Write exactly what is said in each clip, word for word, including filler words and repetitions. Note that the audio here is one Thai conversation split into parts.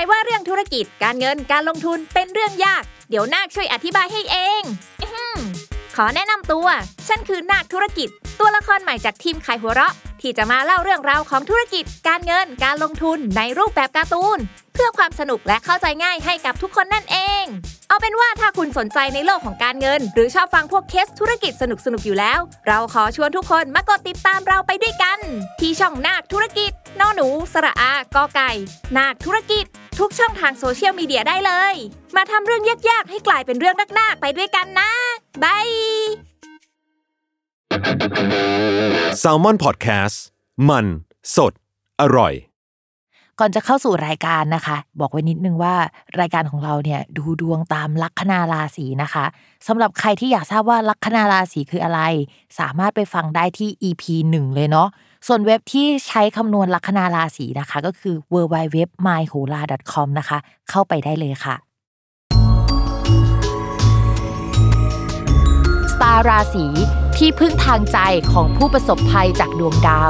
ว่าเรื่องธุรกิจการเงินการลงทุนเป็นเรื่องยากเดี๋ยวนาคช่วยอธิบายให้เองขอแนะนำตัวฉันคือนาคธุรกิจตัวละครใหม่จากทีมขายหัวเราะที่จะมาเล่าเรื่องราวของธุรกิจการเงินการลงทุนในรูปแบบการ์ตูนเพื่อความสนุกและเข้าใจง่ายให้กับทุกคนนั่นเองเอาเป็นว่าถ้าคุณสนใจในโลกของการเงินหรือชอบฟังพวกเคสธุรกิจสนุกๆอยู่แล้วเราขอชวนทุกคนมากดติดตามเราไปด้วยกันที่ช่องนาคธุรกิจนอหนูสระอากอไก่นาคธุรกิจทุกช่องทางโซเชียลมีเดียได้เลยมาทำเรื่องยากๆให้กลายเป็นเรื่องน่าๆไปด้วยกันนะบาย Salmon Podcast มันสดอร่อยก่อนจะเข้าสู่รายการนะคะบอกไว้นิดนึงว่ารายการของเราเนี่ยดูดวงตามลัคนาราศีนะคะสำหรับใครที่อยากทราบว่าลัคนาราศีคืออะไรสามารถไปฟังได้ที่ อี พี หนึ่งเลยเนาะส่วนเว็บที่ใช้คำนวณลัคนาราศีนะคะก็คือ ดับเบิลยู ดับเบิลยู ดับเบิลยู ดอท มายโหรา ดอท คอม นะคะเข้าไปได้เลยค่ะสตาร์ราศีที่พึ่งทางใจของผู้ประสบภัยจากดวงดาว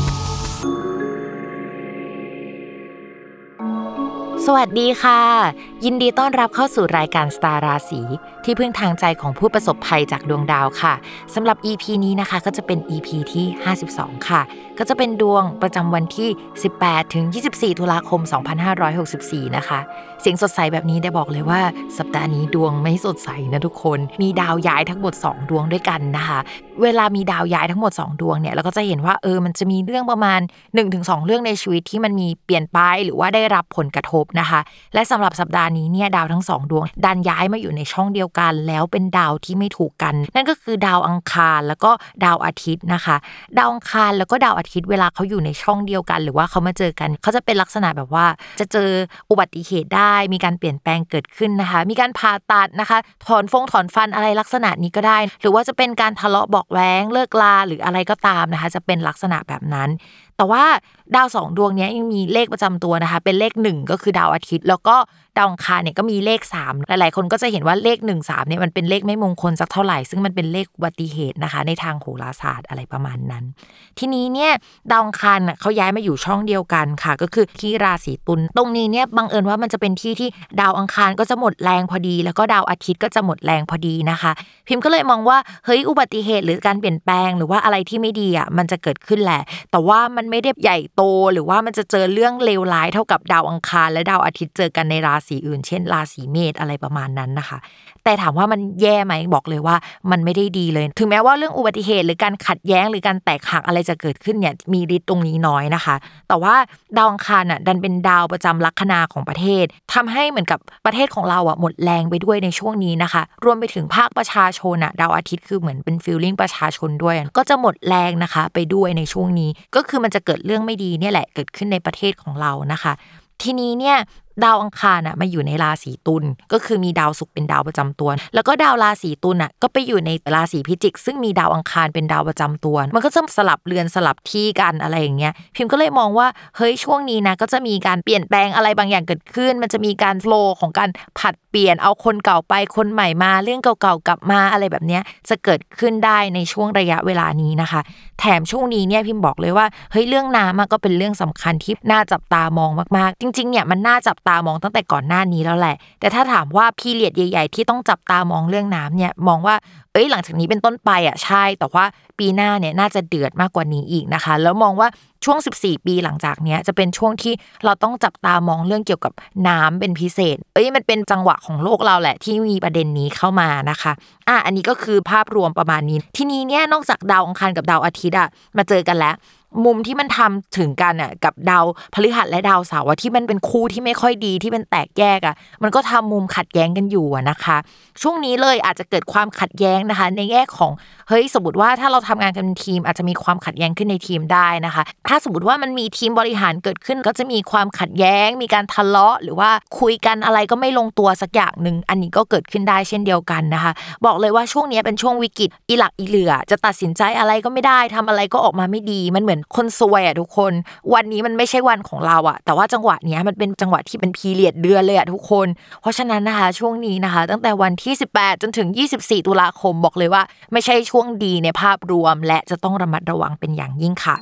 สวัสดีค่ะยินดีต้อนรับเข้าสู่รายการสตาร์ราศีที่พึ่งทางใจของผู้ประสบภัยจากดวงดาวค่ะสำหรับ อี พี นี้นะคะก็จะเป็น อี พี ที่ห้าสิบสองค่ะก็จะเป็นดวงประจำวันที่สิบแปดถึงยี่สิบสี่ตุลาคมสองพันห้าร้อยหกสิบสี่นะคะเสียงสดใสแบบนี้ได้บอกเลยว่าสัปดาห์นี้ดวงไม่สดใสนะทุกคนมีดาวย้ายทั้งหมดสองดวงด้วยกันนะคะเวลามีดาวย้ายทั้งหมดสองดวงเนี่ยเราก็จะเห็นว่าเออมันจะมีเรื่องประมาณ หนึ่งถึงสอง เรื่องในชีวิตที่มันมีเปลี่ยนไปหรือว่าได้รับผลกระทบนะคะและสำหรับสัปดาห์นี้เนี่ยดาวทั้งสองดวงดันย้ายมาอยู่ในช่องเดียวกันแล้วเป็นดาวที่ไม่ถูกกันนั่นก็คือดาวอังคารแล้วก็ดาวอาทิตย์นะคะดาวอังคารแล้วก็ดาวอาทิตย์เวลาเขาอยู่ในช่องเดียวกันหรือว่าเขามาเจอกันเขาจะเป็นลักษณะแบบว่าจะเจออุบัติเหตุได้มีการเปลี่ยนแปลงเกิดขึ้นนะคะมีการผ่าตัดนะคะถอนฟงถอนฟันอะไรลักษณะนี้ก็ได้หรือว่าจะเป็นการทะเลาะเบาะแว้งเลิกลาหรืออะไรก็ตามนะคะจะเป็นลักษณะแบบนั้นแต่ว่าดาวสองดวงนี้ยังมีเลขประจำตัวนะคะเป็นเลขหนึ่งก็คือดาวอาทิตย์แล้วก็ดาวอังคารเนี่ยก็มีเลขสามหลายๆคนก็จะเห็นว่าเลขหนึ่ง สามเนี่ยมันเป็นเลขไม่มงคลสักเท่าไหร่ซึ่งมันเป็นเลขอุบัติเหตุนะคะในทางโหราศาสตร์อะไรประมาณนั้นทีนี้เนี่ยดาวอังคารน่ะเขาย้ายมาอยู่ช่องเดียวกันค่ะก็คือที่ราศีตุลตรงนี้เนี่ยบังเอิญว่ามันจะเป็นที่ที่ดาวอังคารก็จะหมดแรงพอดีแล้วก็ดาวอาทิตย์ก็จะหมดแรงพอดีนะคะพิมพ์ก็เลยมองว่าเฮ้ยอุบัติเหตุหรือการเปลี่ยนแปลงหรือว่าอะไรที่ไม่ดีอ่ะมันจะเกิดขึ้นแหละแต่ว่ามันไม่ได้ใหญ่โตหรือว่ามันจะเจอเรื่องเลวร้ายเท่ากับดาวอังคารและดาวอาทิตย์เจอกันในราศีอื่นเช่นราศีเมษอะไรประมาณนั้นนะคะแต่ถามว่ามันแย่ไหมบอกเลยว่ามันไม่ได้ดีเลยถึงแม้ว่าเรื่องอุบัติเหตุหรือการขัดแย้งหรือการแตกหักอะไรจะเกิดขึ้นเนี่ยมีฤทธิ์ตรงนี้น้อยนะคะแต่ว่าดาวอังคารน่ะดันเป็นดาวประจำลัคนาของประเทศทำให้เหมือนกับประเทศของเราอ่ะหมดแรงไปด้วยในช่วงนี้นะคะรวมไปถึงภาคประชาชนอ่ะดาวอาทิตย์คือเหมือนเป็นฟีลลิ่งประชาชนด้วยก็จะหมดแรงนะคะไปด้วยในช่วงนี้ก็คือมันจะเกิดเรื่องไม่ดีเนี่ยแหละเกิดขึ้นในประเทศของเรานะคะทีนี้เนี่ยดาวอังคารน่ะมาอยู่ในราศีตุลก็คือมีดาวศุกร์เป็นดาวประจำตัวแล้วก็ดาวราศีตุลน่ะก็ไปอยู่ในราศีพิจิกซึ่งมีดาวอังคารเป็นดาวประจำตัวมันก็จะสลับเรือนสลับที่กันอะไรอย่างเงี้ยพิมพ์ก็เลยมองว่าเฮ้ยช่วงนี้นะก็จะมีการเปลี่ยนแปลงอะไรบางอย่างเกิดขึ้นมันจะมีการโฟลว์ของการผัดเปลี่ยนเอาคนเก่าไปคนใหม่มาเรื่องเก่าๆกลับมาอะไรแบบเนี้ยจะเกิดขึ้นได้ในช่วงระยะเวลานี้นะคะแถมช่วงนี้เนี่ยพิมพ์บอกเลยว่าเฮ้ยเรื่องน้ำก็เป็นเรื่องสำคัญที่น่าจับตามองมากๆจริงๆเนี่ยมันน่าจับตามองตั้งแต่ก่อนหน้านี้แล้วแหละแต่ถ้าถามว่าพีเรียดใหญ่ๆที่ต้องจับตามองเรื่องน้ำเนี่ยมองว่าเอ้ยหลังจากนี้เป็นต้นไปอ่ะใช่แต่ว่าปีหน้าเนี่ยน่าจะเดือดมากกว่านี้อีกนะคะแล้วมองว่าช่วงสิบสี่ปีหลังจากเนี้ยจะเป็นช่วงที่เราต้องจับตามองเรื่องเกี่ยวกับน้ำเป็นพิเศษเอ้ยมันเป็นจังหวะของโลกเราแหละที่มีประเด็นนี้เข้ามานะคะอ่ะอันนี้ก็คือภาพรวมประมาณนี้ทีนี้เนี่ยนอกจากดาวอังคารกับดาวอาทิตย์อ่ะมาเจอกันแล้วมุมที่มันทำถึงกันอ่ะกับดาวพฤหัสและดาวเสาร์ที่มันเป็นคู่ที่ไม่ค่อยดีที่เป็นแตกแยกอ่ะมันก็ทำมุมขัดแย้งกันอยู่นะคะช่วงนี้เลยอาจจะเกิดความขัดแย้งนะคะในแง่ของเฮ้ยสมมติว่าถ้าเราทำงานกันเป็นทีมอาจจะมีความขัดแย้งขึ้นในทีมได้นะคะถ้าสมมติว่ามันมีทีมบริหารเกิดขึ้นก็จะมีความขัดแย้งมีการทะเลาะหรือว่าคุยกันอะไรก็ไม่ลงตัวสักอย่างนึงอันนี้ก็เกิดขึ้นได้เช่นเดียวกันนะคะบอกเลยว่าช่วงนี้เป็นช่วงวิกฤตอีหลักอีเหลือจะตัดสินใจอะไรก็ไม่ได้ทำอะไรก็ออกมาไม่ดีมันเหมือนคนซวยอ่ะทุกคนวันนี้มันไม่ใช่วันของเราอ่ะแต่ว่าจังหวะเนี้ยมันเป็นจังหวะที่เป็นพีเรียดเดือนเลยอ่ะทุกคนเพราะฉะนั้นนะคะช่วงนี้นะคะตั้งแต่วันที่สิบแปดจนถึงยี่สิบสี่ตุลาคมบอกเลยว่าไม่ใช่ช่วงดีในภาพรวมและจะต้องระมัดระวังเป็นอย่างยิ่งค่ะ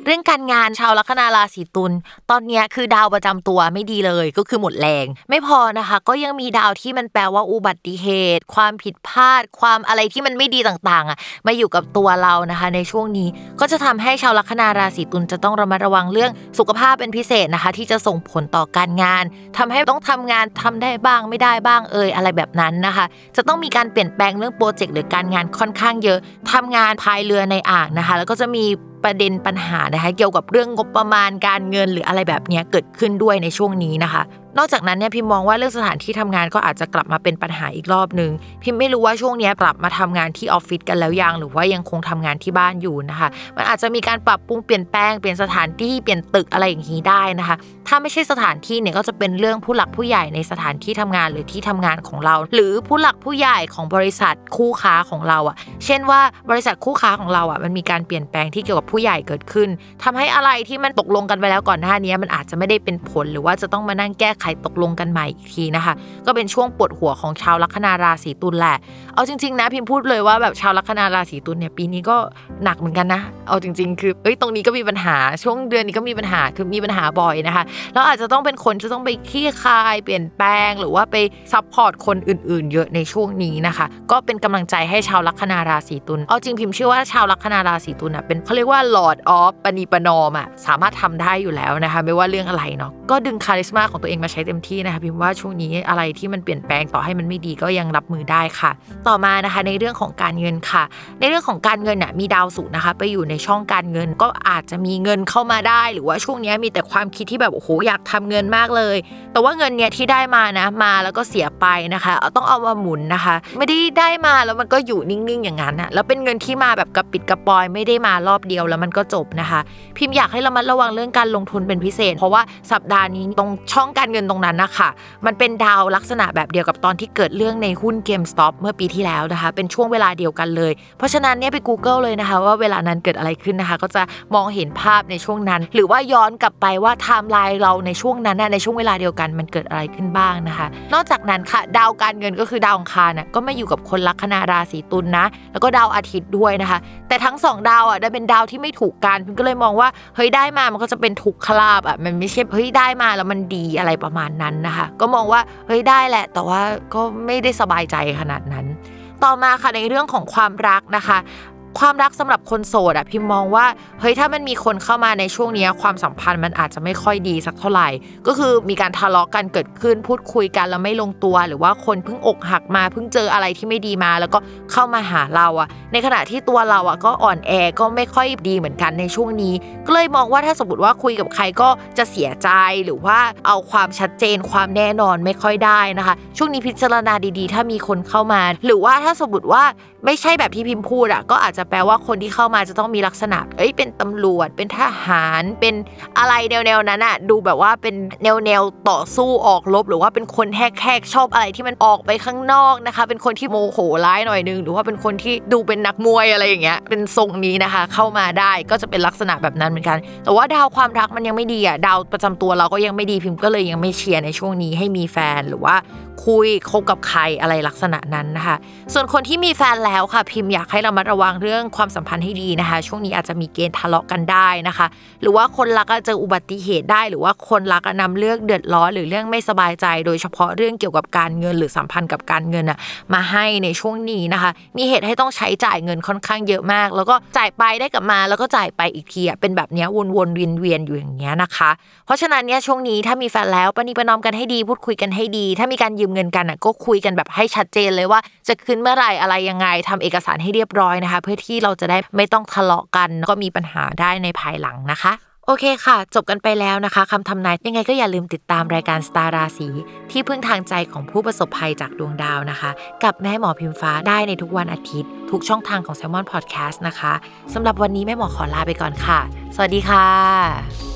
รื่องการงานชาวลัคนาราศีตุลตอนนี้คือดาวประจำตัวไม่ดีเลยก็คือหมดแรงไม่พอนะคะก็ยังมีดาวที่มันแปลว่าอุบัติเหตุความผิดพลาดความอะไรที่มันไม่ดีต่างๆอ่ะมาอยู่กับตัวเรานะคะในช่วงนี้ก็จะทำให้ชาวลัคนาราศีตุลจะต้องระมัดระวังเรื่องสุขภาพเป็นพิเศษนะคะที่จะส่งผลต่อการงานทำให้ต้องทำงานทำได้บ้างไม่ได้บ้างเอ่ยอะไรแบบนั้นนะคะจะต้องมีการเปลี่ยนแปลงเรื่องโปรเจกต์หรือการงานค่อนข้างเยอะทำงานพายเรือในอ่างนะคะแล้วก็จะมีประเด็นปัญหานะคะเกี่ยวกับเรื่องงบประมาณการเงินหรืออะไรแบบนี้เกิดขึ้นด้วยในช่วงนี้นะคะนอกจากนั้นเนี่ยพิมมองว่าเรื่องสถานที่ทำงานก็อาจจะกลับมาเป็นปัญหาอีกรอบนึงพิมไม่รู้ว่าช่วงนี้กลับมาทำงานที่ออฟฟิศกันแล้วยังหรือว่ายังคงทำงานที่บ้านอยู่นะคะมันอาจจะมีการปรับปรุงเปลี่ยนแปลงเปลี่ยนสถานที่เปลี่ยนตึกอะไรอย่างนี้ได้นะคะถ้าไม่ใช่สถานที่เนี่ยก็จะเป็นเรื่องผู้หลักผู้ใหญ่ในสถานที่ทำงานหรือที่ทำงานของเราหรือผู้หลักผู้ใหญ่ของบริษัทคู่ค้าของเราอ่ะเช่นว่าบริษัทคู่ค้าของเราอ่ะมันมีการเปลี่ยนแปลงที่เกี่ยวกับผู้ใหญ่เกิดขึ้นทำให้อะไรที่มันตกลงกันไปแล้วก่อนหน้านี้มันอาจจะไม่ได้เป็นผลหรือว่าจะต้องมานั่งแก้ไขตกลงกันใหม่อีกทีนะคะก็เป็นช่วงปวดหัวของชาวลัคนาราศีตุลแหละเอาจริงๆนะพิมพูดเลยว่าแบบชาวลัคนาราศีตุลเนี่ยปีนี้ก็หนักเหมือนกันนะเอาจริงๆคือเอ้ยตรงนี้ก็มีปัญหาช่วงเดือนนี้ก็มีปัญหาคือมีปัญหาบ่อยนะคะแล้วอาจจะต้องเป็นคนจะต้องไปขี้คายเปลี่ยนแปลงหรือว่าไปซัพพอร์ตคนอื่นๆเยอะในช่วงนี้นะคะก็เป็นกำลังใจให้ชาวลัคนาราศีตุลเอาจริงพิมเชื่อว่าชาวลัคนาราศีตุลน่ะเป็นเขาเรียกว่า Lord of ปณีประนอมอ่ะสามารถทำได้อยู่แล้วนะคะไม่ว่าเรื่องอะไรเนาะก็ดึงคาริสมาของตัวเองมาใช้เต็มที่นะคะพิมว่าช่วงนี้อะไรที่มันเปลี่ยนแปลงต่อให้มันไม่ดีก็ยังรับมือได้ค่ะต่อมานะคะในเรื่องของการเงินค่ะในเรื่องของการเงินน่ะมีดาวศุกร์นะคะไปอยู่ในช่องการเงินก็อาจจะมีเงินเข้ามาได้หรือว่าช่วงนี้มีแต่ความคิดที่แบบโอ้โหอยากทำเงินมากเลยแต่ว่าเงินเนี้ยที่ได้มานะมาแล้วก็เสียไปนะคะต้องเอามาหมุนนะคะไม่ได้ได้มาแล้วมันก็อยู่นิ่งๆอย่างนั้นนะแล้วเป็นเงินที่มาแบบกระปิดกระปอยไม่ได้มารอบเดียวแล้วมันก็จบนะคะพิมพ์อยากให้ระมัดระวังเรื่องการลงทุนเป็นพิเศษเพราะว่าสัปดาห์นี้ตรงช่องการเงินตรงนั้นนะคะมันเป็นดาวลักษณะแบบเดียวกับตอนที่เกิดเรื่องในหุ้น GameStop เมื่อปีที่แล้วนะคะเป็นช่วงเวลาเดียวกันเลยเพราะฉะนั้นเนี่ยไป Google เลยนะคะว่าเวลานั้นเกิดอะไรขึ้นนะคะก็จะมองเห็นภาพในช่วงนั้นหรือว่าย้อนกลับไปว่าไทม์ไลน์เราในช่วงนั้นในช่วงเวลาเดียวกันมันเกิดอะไรขึ้นบ้างนะคะนอกจากนั้นค่ะดาวการเงินก็คือดาวอังคารน่ะก็มาอยู่กับคนลัคนาราศีตุลนะแล้วก็ดาวอาทิตย์ด้วยนะคะแต่ทั้งสองดาวอ่ะได้เป็นดาวที่ไม่ถูกกันพิมก็เลยมองว่าเฮ้ยได้มามันก็จะเป็นทุกขลาภอ่ะมันไม่ใช่เฮ้ยได้มาแล้วมันดีอะไรประมาณนั้นนะคะก็มองว่าเฮ้ยได้แหละแต่ว่าก็ไม่ได้สบายใจขนาดนั้นต่อมาค่ะในเรื่องของความรักนะคะความรักสำหรับคนโสดอ่ะพิมมองว่าเฮ้ยถ้ามันมีคนเข้ามาในช่วงนี้ความสัมพันธ์มันอาจจะไม่ค่อยดีสักเท่าไหร่ก็คือมีการทะเลาะกันเกิดขึ้นพูดคุยกันแล้วไม่ลงตัวหรือว่าคนเพิ่งอกหักมาเพิ่งเจออะไรที่ไม่ดีมาแล้วก็เข้ามาหาเราอ่ะในขณะที่ตัวเราอ่ะก็อ่อนแอก็ไม่ค่อยดีเหมือนกันในช่วงนี้ก็เลยมองว่าถ้าสมมติว่าคุยกับใครก็จะเสียใจหรือว่าเอาความชัดเจนความแน่นอนไม่ค่อยได้นะคะช่วงนี้พิจารณาดีๆถ้ามีคนเข้ามาหรือว่าถ้าสมมติว่าไม่ใช่แบบที่พิมพ์พูดอ่ะก็อาจจะแปลว่าคนที่เข้ามาจะต้องมีลักษณะเอ้ยเป็นตำรวจเป็นทหารเป็นอะไรแนวๆนั้นอ่ะดูแบบว่าเป็นแนวๆต่อสู้ออกรบหรือว่าเป็นคนแหกๆชอบอะไรที่มันออกไปข้างนอกนะคะเป็นคนที่โมโหร้ายหน่อยนึงหรือว่าเป็นคนที่ดูเป็นนักมวยอะไรอย่างเงี้ยเป็นทรงนี้นะคะเข้ามาได้ก็จะเป็นลักษณะแบบนั้นเหมือนกันแต่ว่าดาวความรักมันยังไม่ดีอ่ะดาวประจำตัวเราก็ยังไม่ดีพิมพ์ก็เลยยังไม่เชียร์ในช่วงนี้ให้มีแฟนหรือว่าคุยคบกับใครอะไรลักษณะนั้นนะคะส่วนคนที่มีแฟนแล้วค่ะพิมพ์อยากให้เรามาระวังเรื่องความสัมพันธ์ให้ดีนะคะช่วงนี้อาจจะมีเกณฑ์ทะเลาะกันได้นะคะหรือว่าคนรักจะเจออุบัติเหตุได้หรือว่าคนรักนำเรื่องเดือดร้อนหรือเรื่องไม่สบายใจโดยเฉพาะเรื่องเกี่ยวกับการเงินหรือสัมพันธ์กับการเงินอ่ะมาให้ในช่วงนี้นะคะมีเหตุให้ต้องใช้จ่ายเงินค่อนข้างเยอะมากแล้วก็จ่ายไปได้กลับมาแล้วก็จ่ายไปอีกทีอ่ะเป็นแบบนี้วนๆเวียนๆอยู่อย่างเงี้ยนะคะเพราะฉะนั้นเนี่ยช่วงนี้ถ้ามีแฟนแล้วประนีประนอมกันให้ดีพูดคุยกันให้ดีถ้ามีการยืมเงินกันอ่ะก็คุยกันแบบให้ชัดเจนเลยว่าจะคืนเมื่อไหร่อะไรยังไงทำเอกสารให้เรียบร้อยนะคะเพื่อที่เราจะได้ไม่ต้องทะเลาะกันก็มีปัญหาได้ในภายหลังนะคะโอเคค่ะจบกันไปแล้วนะคะคำทำนายยังไงก็อย่าลืมติดตามรายการสตาร์ราศีที่พึ่งทางใจของผู้ประสบภัยจากดวงดาวนะคะกับแม่หมอพิมฟ้าได้ในทุกวันอาทิตย์ทุกช่องทางของ Salmon Podcast นะคะสำหรับวันนี้แม่หมอขอลาไปก่อนค่ะสวัสดีค่ะ